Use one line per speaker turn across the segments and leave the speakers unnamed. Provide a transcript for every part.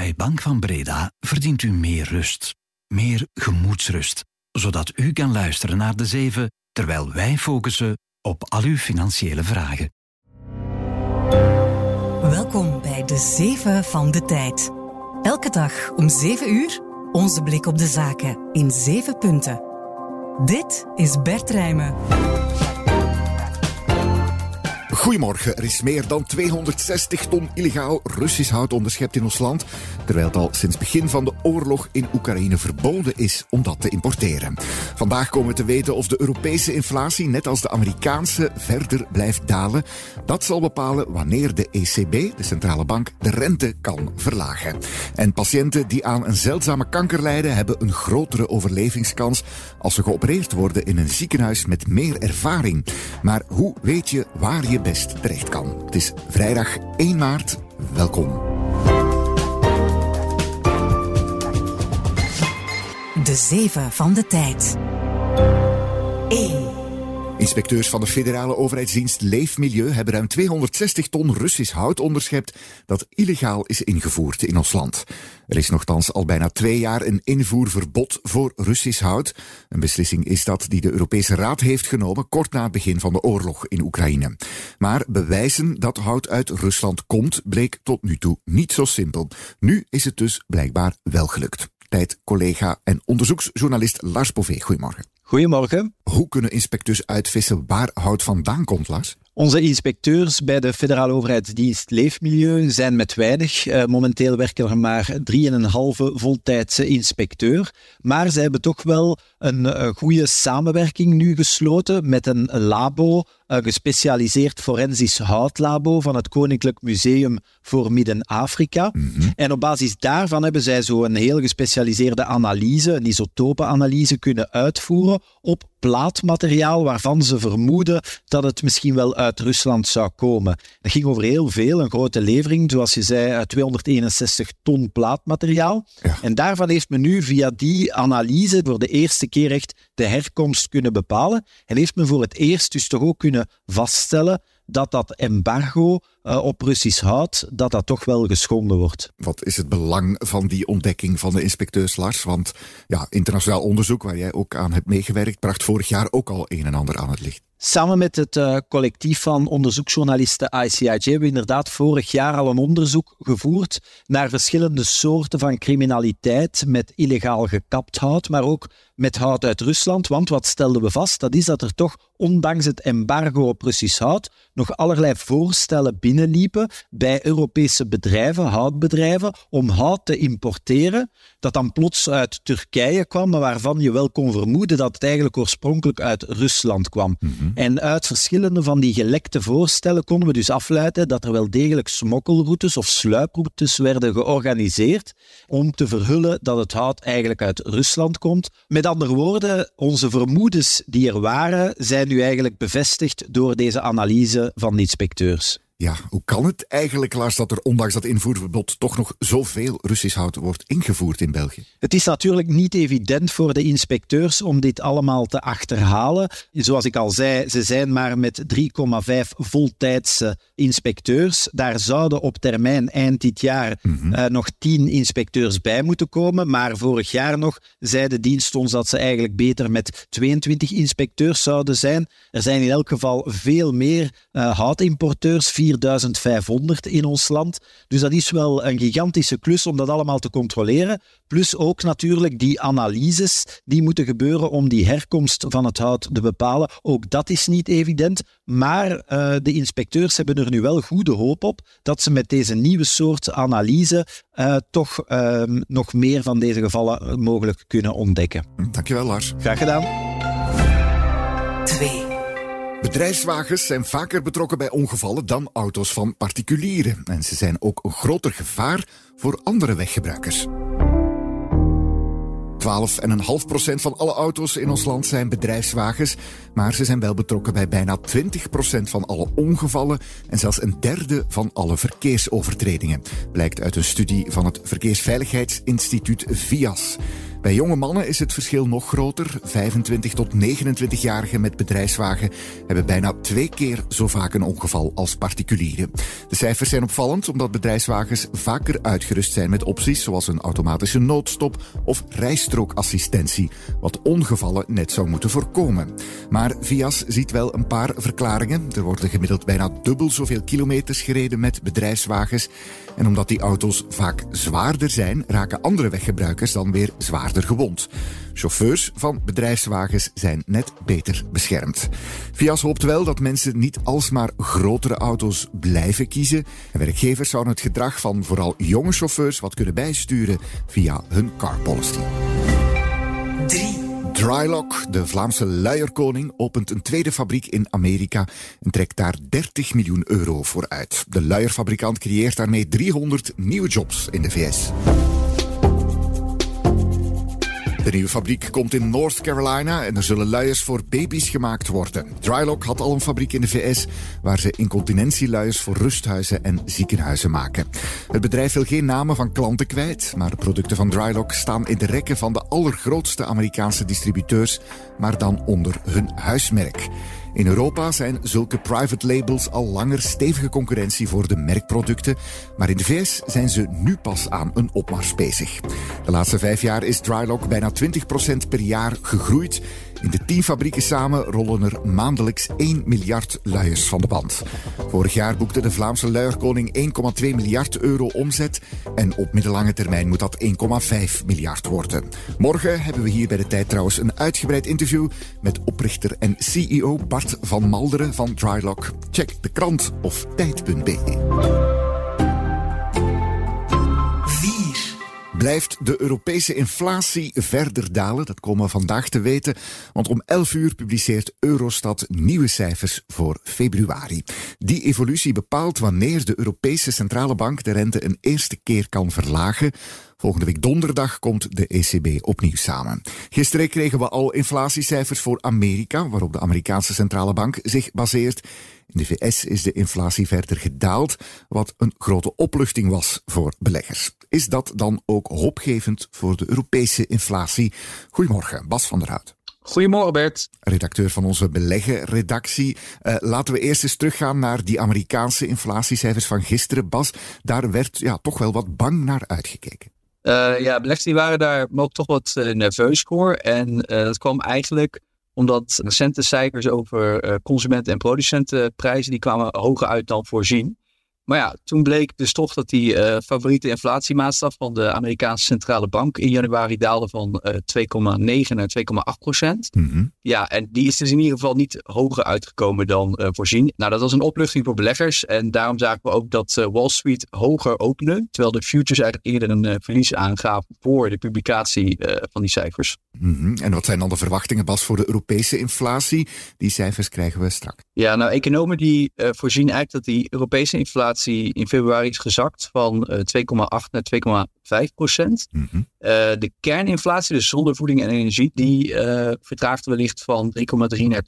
Bij Bank van Breda verdient u meer rust. Meer gemoedsrust. Zodat u kan luisteren naar de 7, terwijl wij focussen op al uw financiële vragen.
Welkom bij de 7 van de tijd. Elke dag om 7 uur onze blik op de zaken in 7 punten. Dit is Bert Rijmen.
Goedemorgen. Er is meer dan 260 ton illegaal Russisch hout onderschept in ons land, terwijl het al sinds begin van de oorlog in Oekraïne verboden is om dat te importeren. Vandaag komen we te weten of de Europese inflatie, net als de Amerikaanse, verder blijft dalen. Dat zal bepalen wanneer de ECB, de centrale bank, de rente kan verlagen. En patiënten die aan een zeldzame kanker lijden, hebben een grotere overlevingskans als ze geopereerd worden in een ziekenhuis met meer ervaring. Maar hoe weet je waar je best terecht kan? Het is vrijdag 1 maart. Welkom.
De 7 van de tijd. 1.
Inspecteurs van de federale overheidsdienst Leefmilieu hebben ruim 260 ton Russisch hout onderschept dat illegaal is ingevoerd in ons land. Er is nochtans al bijna 2 jaar een invoerverbod voor Russisch hout. Een beslissing is dat die de Europese Raad heeft genomen kort na het begin van de oorlog in Oekraïne. Maar bewijzen dat hout uit Rusland komt bleek tot nu toe niet zo simpel. Nu is het dus blijkbaar wel gelukt. Tijd-collega en onderzoeksjournalist Lars Bové. Goedemorgen.
Goedemorgen.
Hoe kunnen inspecteurs uitvissen waar hout vandaan komt, Lars?
Onze inspecteurs bij de federale overheidsdienst Leefmilieu zijn met weinig. Momenteel werken er maar 3,5 voltijdse inspecteur. Maar zij hebben toch wel een goede samenwerking nu gesloten met een labo, een gespecialiseerd forensisch houtlabo van het Koninklijk Museum voor Midden-Afrika. Mm-hmm. En op basis daarvan hebben zij zo een heel gespecialiseerde analyse, een isotopenanalyse kunnen uitvoeren op plaatmateriaal waarvan ze vermoeden dat het misschien wel uit Rusland zou komen. Dat ging over heel veel, een grote levering, zoals je zei, 261 ton plaatmateriaal. Ja. En daarvan heeft men nu via die analyse voor de eerste keer echt de herkomst kunnen bepalen. En heeft men voor het eerst dus toch ook kunnen vaststellen dat dat embargo op Russisch hout, dat toch wel geschonden wordt.
Wat is het belang van die ontdekking van de inspecteurs, Lars? Want ja, internationaal onderzoek, waar jij ook aan hebt meegewerkt, bracht vorig jaar ook al een en ander aan het licht.
Samen met het collectief van onderzoeksjournalisten ICIJ hebben we inderdaad vorig jaar al een onderzoek gevoerd naar verschillende soorten van criminaliteit met illegaal gekapt hout, maar ook met hout uit Rusland. Want wat stelden we vast? Dat is dat er toch, ondanks het embargo op Russisch hout, nog allerlei voorstellen binnenliepen bij Europese bedrijven, houtbedrijven, om hout te importeren, dat dan plots uit Turkije kwam, maar waarvan je wel kon vermoeden dat het eigenlijk oorspronkelijk uit Rusland kwam. Mm-hmm. En uit verschillende van die gelekte voorstellen konden we dus afleiden dat er wel degelijk smokkelroutes of sluiproutes werden georganiseerd om te verhullen dat het hout eigenlijk uit Rusland komt. Met andere woorden, onze vermoedens die er waren, zijn nu eigenlijk bevestigd door deze analyse van de inspecteurs.
Ja, hoe kan het eigenlijk, Lars, dat er ondanks dat invoerverbod toch nog zoveel Russisch hout wordt ingevoerd in België?
Het is natuurlijk niet evident voor de inspecteurs om dit allemaal te achterhalen. Zoals ik al zei, ze zijn maar met 3,5 voltijdse inspecteurs. Daar zouden op termijn eind dit jaar nog 10 inspecteurs bij moeten komen. Maar vorig jaar nog zei de dienst ons dat ze eigenlijk beter met 22 inspecteurs zouden zijn. Er zijn in elk geval veel meer houtimporteurs, 4500 in ons land. Dus dat is wel een gigantische klus om dat allemaal te controleren. Plus ook natuurlijk die analyses die moeten gebeuren om die herkomst van het hout te bepalen. Ook dat is niet evident. Maar de inspecteurs hebben er nu wel goede hoop op dat ze met deze nieuwe soort analyse toch nog meer van deze gevallen mogelijk kunnen ontdekken.
Dankjewel, Lars.
Graag gedaan.
2.
Bedrijfswagens zijn vaker betrokken bij ongevallen dan auto's van particulieren. En ze zijn ook een groter gevaar voor andere weggebruikers. 12,5% van alle auto's in ons land zijn bedrijfswagens, maar ze zijn wel betrokken bij bijna 20% van alle ongevallen en zelfs 1/3 van alle verkeersovertredingen. Blijkt uit een studie van het Verkeersveiligheidsinstituut VIAS. Bij Bij jonge mannen is het verschil nog groter. 25 tot 29-jarigen met bedrijfswagen hebben bijna 2 keer zo vaak een ongeval als particulieren. De cijfers zijn opvallend omdat bedrijfswagens vaker uitgerust zijn met opties zoals een automatische noodstop of rijstrookassistentie, wat ongevallen net zou moeten voorkomen. Maar Vias ziet wel een paar verklaringen. Er worden gemiddeld bijna dubbel zoveel kilometers gereden met bedrijfswagens. En omdat die auto's vaak zwaarder zijn, raken andere weggebruikers dan weer zwaarder gewond. Chauffeurs van bedrijfswagens zijn net beter beschermd. Vias hoopt wel dat mensen niet alsmaar grotere auto's blijven kiezen. En werkgevers zouden het gedrag van vooral jonge chauffeurs wat kunnen bijsturen via hun car policy.
3.
Drylock, de Vlaamse luierkoning, opent een tweede fabriek in Amerika en trekt daar €30 miljoen voor uit. De luierfabrikant creëert daarmee 300 nieuwe jobs in de VS. De nieuwe fabriek komt in North Carolina en er zullen luiers voor baby's gemaakt worden. Drylock had al een fabriek in de VS waar ze incontinentieluiers voor rusthuizen en ziekenhuizen maken. Het bedrijf wil geen namen van klanten kwijt, maar de producten van Drylock staan in de rekken van de allergrootste Amerikaanse distributeurs, maar dan onder hun huismerk. In Europa zijn zulke private labels al langer stevige concurrentie voor de merkproducten, maar in de VS zijn ze nu pas aan een opmars bezig. De laatste 5 jaar is Drylock bijna 20% per jaar gegroeid. In de 10 fabrieken samen rollen er maandelijks 1 miljard luiers van de band. Vorig jaar boekte de Vlaamse luierkoning €1,2 miljard omzet en op middellange termijn moet dat 1,5 miljard worden. Morgen hebben we hier bij De Tijd trouwens een uitgebreid interview met oprichter en CEO Bart van Malderen van Drylock. Check de krant of tijd.be. Blijft de Europese inflatie verder dalen? Dat komen we vandaag te weten, want om 11 uur publiceert Eurostat nieuwe cijfers voor februari. Die evolutie bepaalt wanneer de Europese Centrale Bank de rente een eerste keer kan verlagen. Volgende week donderdag komt de ECB opnieuw samen. Gisteren kregen we al inflatiecijfers voor Amerika, waarop de Amerikaanse Centrale Bank zich baseert. In de VS is de inflatie verder gedaald, wat een grote opluchting was voor beleggers. Is dat dan ook hoopgevend voor de Europese inflatie? Goedemorgen, Bas van der Hout.
Goedemorgen Bert.
Redacteur van onze beleggenredactie. Laten we eerst eens teruggaan naar die Amerikaanse inflatiecijfers van gisteren. Bas, daar werd toch wel wat bang naar uitgekeken.
Beleggers die waren daar ook toch wat nerveus voor. En dat kwam eigenlijk omdat recente cijfers over consumenten- en producentenprijzen die kwamen hoger uit dan voorzien. Maar ja, toen bleek dus toch dat die favoriete inflatiemaatstaf van de Amerikaanse Centrale Bank in januari daalde van 2,9 naar 2,8%.
Mm-hmm.
Ja, en die is dus in ieder geval niet hoger uitgekomen dan voorzien. Nou, dat was een opluchting voor beleggers. En daarom zagen we ook dat Wall Street hoger opende. Terwijl de futures eigenlijk eerder een verlies aangaven voor de publicatie van die cijfers.
Mm-hmm. En wat zijn dan de verwachtingen, Bas, voor de Europese inflatie? Die cijfers krijgen we straks.
Ja, nou, economen die voorzien eigenlijk dat die Europese inflatie in februari is gezakt van 2,8 naar 2,5%.
Mm-hmm.
De kerninflatie, dus zonder voeding en energie, die vertraagt wellicht van 3,3 naar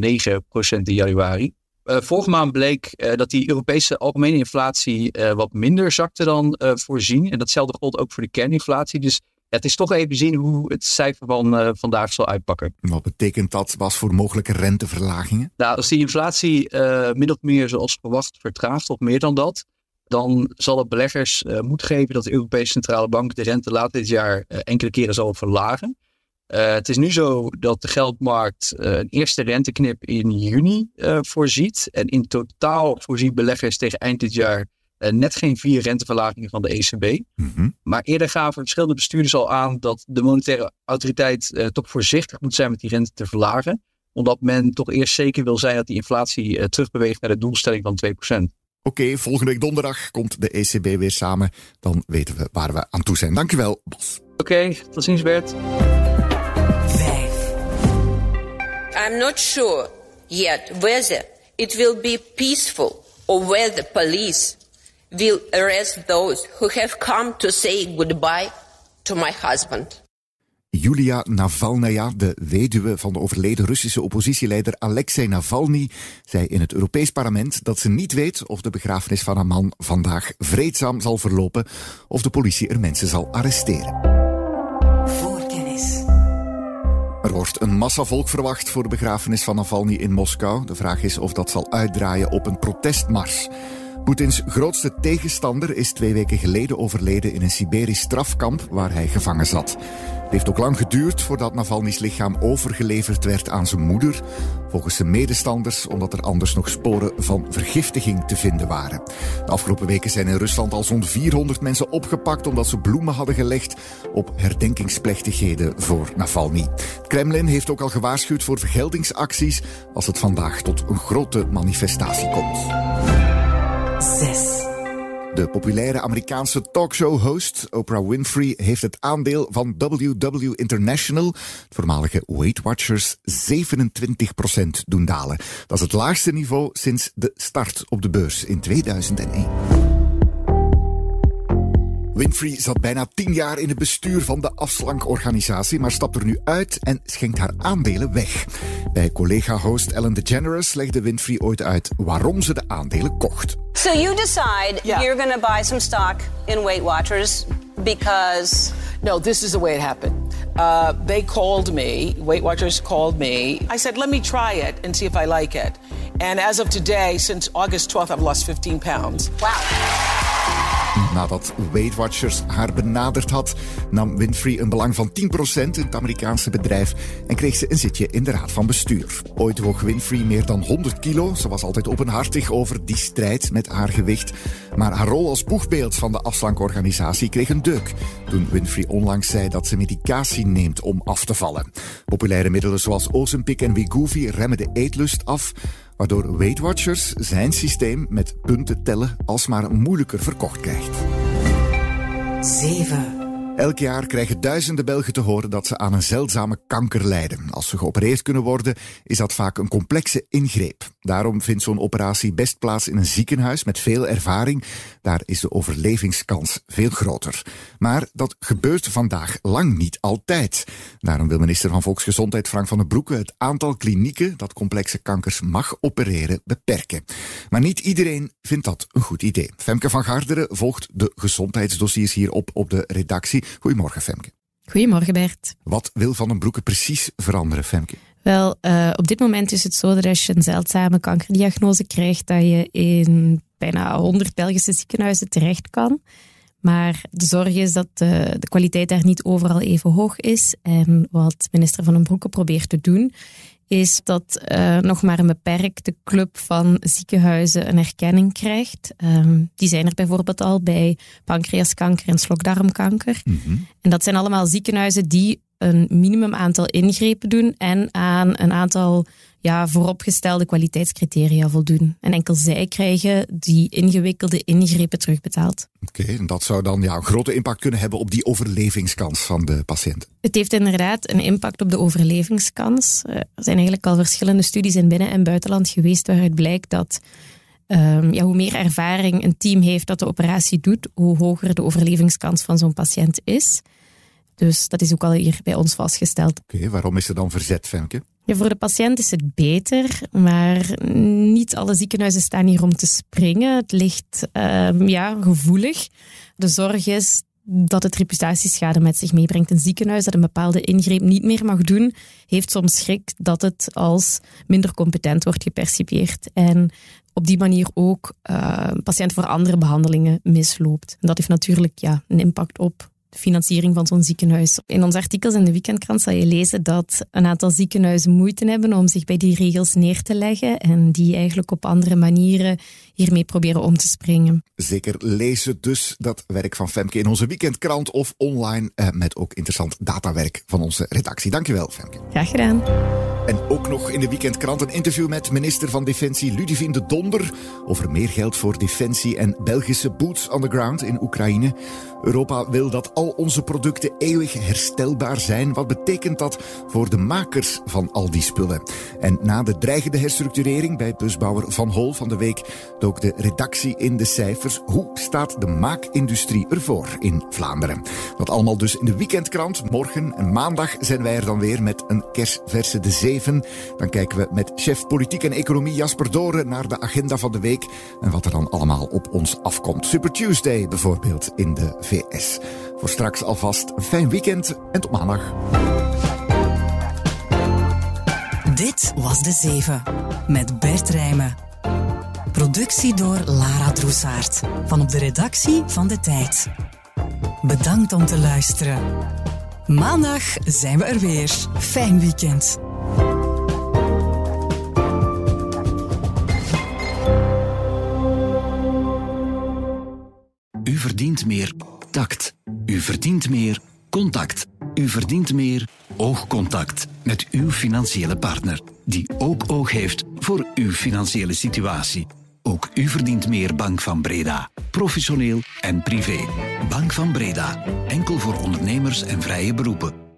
2,9% in januari. Vorige maand bleek dat die Europese algemene inflatie wat minder zakte dan voorzien. En datzelfde gold ook voor de kerninflatie. Dus het is toch even zien hoe het cijfer van vandaag zal uitpakken.
Wat betekent dat, Bas, voor mogelijke renteverlagingen?
Nou, als die inflatie min of meer zoals verwacht vertraagt, of meer dan dat, dan zal het beleggers moed geven dat de Europese Centrale Bank de rente later dit jaar enkele keren zal verlagen. Het is nu zo dat de geldmarkt een eerste renteknip in juni voorziet. En in totaal voorzien beleggers tegen eind dit jaar net geen 4 renteverlagingen van de ECB.
Mm-hmm.
Maar eerder gaven verschillende bestuurders al aan dat de monetaire autoriteit toch voorzichtig moet zijn met die rente te verlagen. Omdat men toch eerst zeker wil zijn dat die inflatie terugbeweegt naar de doelstelling van 2%.
Oké, volgende week donderdag komt de ECB weer samen. Dan weten we waar we aan toe zijn. Dankjewel, Bas.
Oké, tot ziens Bert.
5.
I'm not sure yet whether it will be peaceful or whether police will arrest those who have come to say goodbye to my husband.
Julia Navalnaya, de weduwe van de overleden Russische oppositieleider Alexei Navalny, zei in het Europees Parlement dat ze niet weet of de begrafenis van haar man vandaag vreedzaam zal verlopen of de politie er mensen zal arresteren.
Voorkennis.
wordt een massavolk verwacht voor de begrafenis van Navalny in Moskou. De vraag is of dat zal uitdraaien op een protestmars. Poetins grootste tegenstander is 2 weken geleden overleden in een Siberisch strafkamp waar hij gevangen zat. Het heeft ook lang geduurd voordat Navalny's lichaam overgeleverd werd aan zijn moeder. Volgens zijn medestanders omdat er anders nog sporen van vergiftiging te vinden waren. De afgelopen weken zijn in Rusland al zo'n 400 mensen opgepakt omdat ze bloemen hadden gelegd op herdenkingsplechtigheden voor Navalny. Het Kremlin heeft ook al gewaarschuwd voor vergeldingsacties als het vandaag tot een grote manifestatie komt.
6.
De populaire Amerikaanse talkshow-host Oprah Winfrey heeft het aandeel van WW International, het voormalige Weight Watchers, 27% doen dalen. Dat is het laagste niveau sinds de start op de beurs in 2001. Winfrey zat bijna 10 jaar in het bestuur van de afslankorganisatie, maar stapt er nu uit en schenkt haar aandelen weg. Bij collega-host Ellen DeGeneres legde Winfrey ooit uit waarom ze de aandelen kocht.
So you decide you're going to buy some stock in Weight Watchers because...
No, this is the way it happened. They called me, Weight Watchers called me. I said, let me try it and see if I like it. And as of today, since August 12th, I've lost 15 pounds.
Wow.
Nadat Weight Watchers haar benaderd had, nam Winfrey een belang van 10% in het Amerikaanse bedrijf en kreeg ze een zitje in de raad van bestuur. Ooit woog Winfrey meer dan 100 kilo. Ze was altijd openhartig over die strijd met haar gewicht. Maar haar rol als boegbeeld van de afslankorganisatie kreeg een deuk toen Winfrey onlangs zei dat ze medicatie neemt om af te vallen. Populaire middelen zoals Ozempic en Wegovy remmen de eetlust af, waardoor Weight Watchers zijn systeem met punten tellen alsmaar moeilijker verkocht krijgt.
7.
Elk jaar krijgen duizenden Belgen te horen dat ze aan een zeldzame kanker lijden. Als ze geopereerd kunnen worden, is dat vaak een complexe ingreep. Daarom vindt zo'n operatie best plaats in een ziekenhuis met veel ervaring. Daar is de overlevingskans veel groter. Maar dat gebeurt vandaag lang niet altijd. Daarom wil minister van Volksgezondheid Frank van den Broeke het aantal klinieken dat complexe kankers mag opereren beperken. Maar niet iedereen vindt dat een goed idee. Femke van Garderen volgt de gezondheidsdossiers hierop op de redactie. Goedemorgen, Femke.
Goedemorgen, Bert.
Wat wil Van den Broeke precies veranderen, Femke?
Wel, op dit moment is het zo dat als je een zeldzame kankerdiagnose krijgt, dat je in bijna 100 Belgische ziekenhuizen terecht kan. Maar de zorg is dat de kwaliteit daar niet overal even hoog is. En wat minister Van den Broeke probeert te doen, is dat nog maar een beperkte club van ziekenhuizen een erkenning krijgt. Die zijn er bijvoorbeeld al bij pancreaskanker en slokdarmkanker. Mm-hmm. En dat zijn allemaal ziekenhuizen die een minimum aantal ingrepen doen en aan een aantal vooropgestelde kwaliteitscriteria voldoen. En enkel zij krijgen die ingewikkelde ingrepen terugbetaald.
Oké, en dat zou dan een grote impact kunnen hebben op die overlevingskans van de patiënt.
Het heeft inderdaad een impact op de overlevingskans. Er zijn eigenlijk al verschillende studies in binnen- en buitenland geweest waaruit blijkt dat hoe meer ervaring een team heeft dat de operatie doet, hoe hoger de overlevingskans van zo'n patiënt is. Dus dat is ook al hier bij ons vastgesteld.
Oké, waarom is er dan verzet, Femke?
Ja, voor de patiënt is het beter, maar niet alle ziekenhuizen staan hier om te springen. Het ligt gevoelig. De zorg is dat het reputatieschade met zich meebrengt. Een ziekenhuis dat een bepaalde ingreep niet meer mag doen, heeft soms schrik dat het als minder competent wordt gepercipieerd. En op die manier ook patiënten voor andere behandelingen misloopt. En dat heeft natuurlijk een impact op de financiering van zo'n ziekenhuis. In onze artikels in de Weekendkrant zal je lezen dat een aantal ziekenhuizen moeite hebben om zich bij die regels neer te leggen en die eigenlijk op andere manieren hiermee proberen om te springen.
Zeker lezen dus dat werk van Femke in onze Weekendkrant of online met ook interessant datawerk van onze redactie. Dankjewel, Femke.
Graag gedaan.
En ook nog in de Weekendkrant een interview met minister van Defensie Ludivine de Donder over meer geld voor Defensie en Belgische boots on the ground in Oekraïne. Europa wil dat al onze producten eeuwig herstelbaar zijn. Wat betekent dat voor de makers van al die spullen? En na de dreigende herstructurering bij busbouwer Van Hol van de week dook de redactie in de cijfers. Hoe staat de maakindustrie ervoor in Vlaanderen? Dat allemaal dus in de Weekendkrant. Morgen en maandag zijn wij er dan weer met een kersverse de 7. Dan kijken we met chef politiek en economie Jasper Doren naar de agenda van de week en wat er dan allemaal op ons afkomt. Super Tuesday bijvoorbeeld in de VS. Voor straks alvast een fijn weekend en tot maandag.
Dit was De Zeven, met Bert Rijmen. Productie door Lara Droesaert, van op de redactie van De Tijd. Bedankt om te luisteren. Maandag zijn we er weer. Fijn weekend.
U verdient meer tact. U verdient meer contact. U verdient meer oogcontact met uw financiële partner, die ook oog heeft voor uw financiële situatie. Ook u verdient meer Bank van Breda. Professioneel en privé. Bank van Breda. Enkel voor ondernemers en vrije beroepen.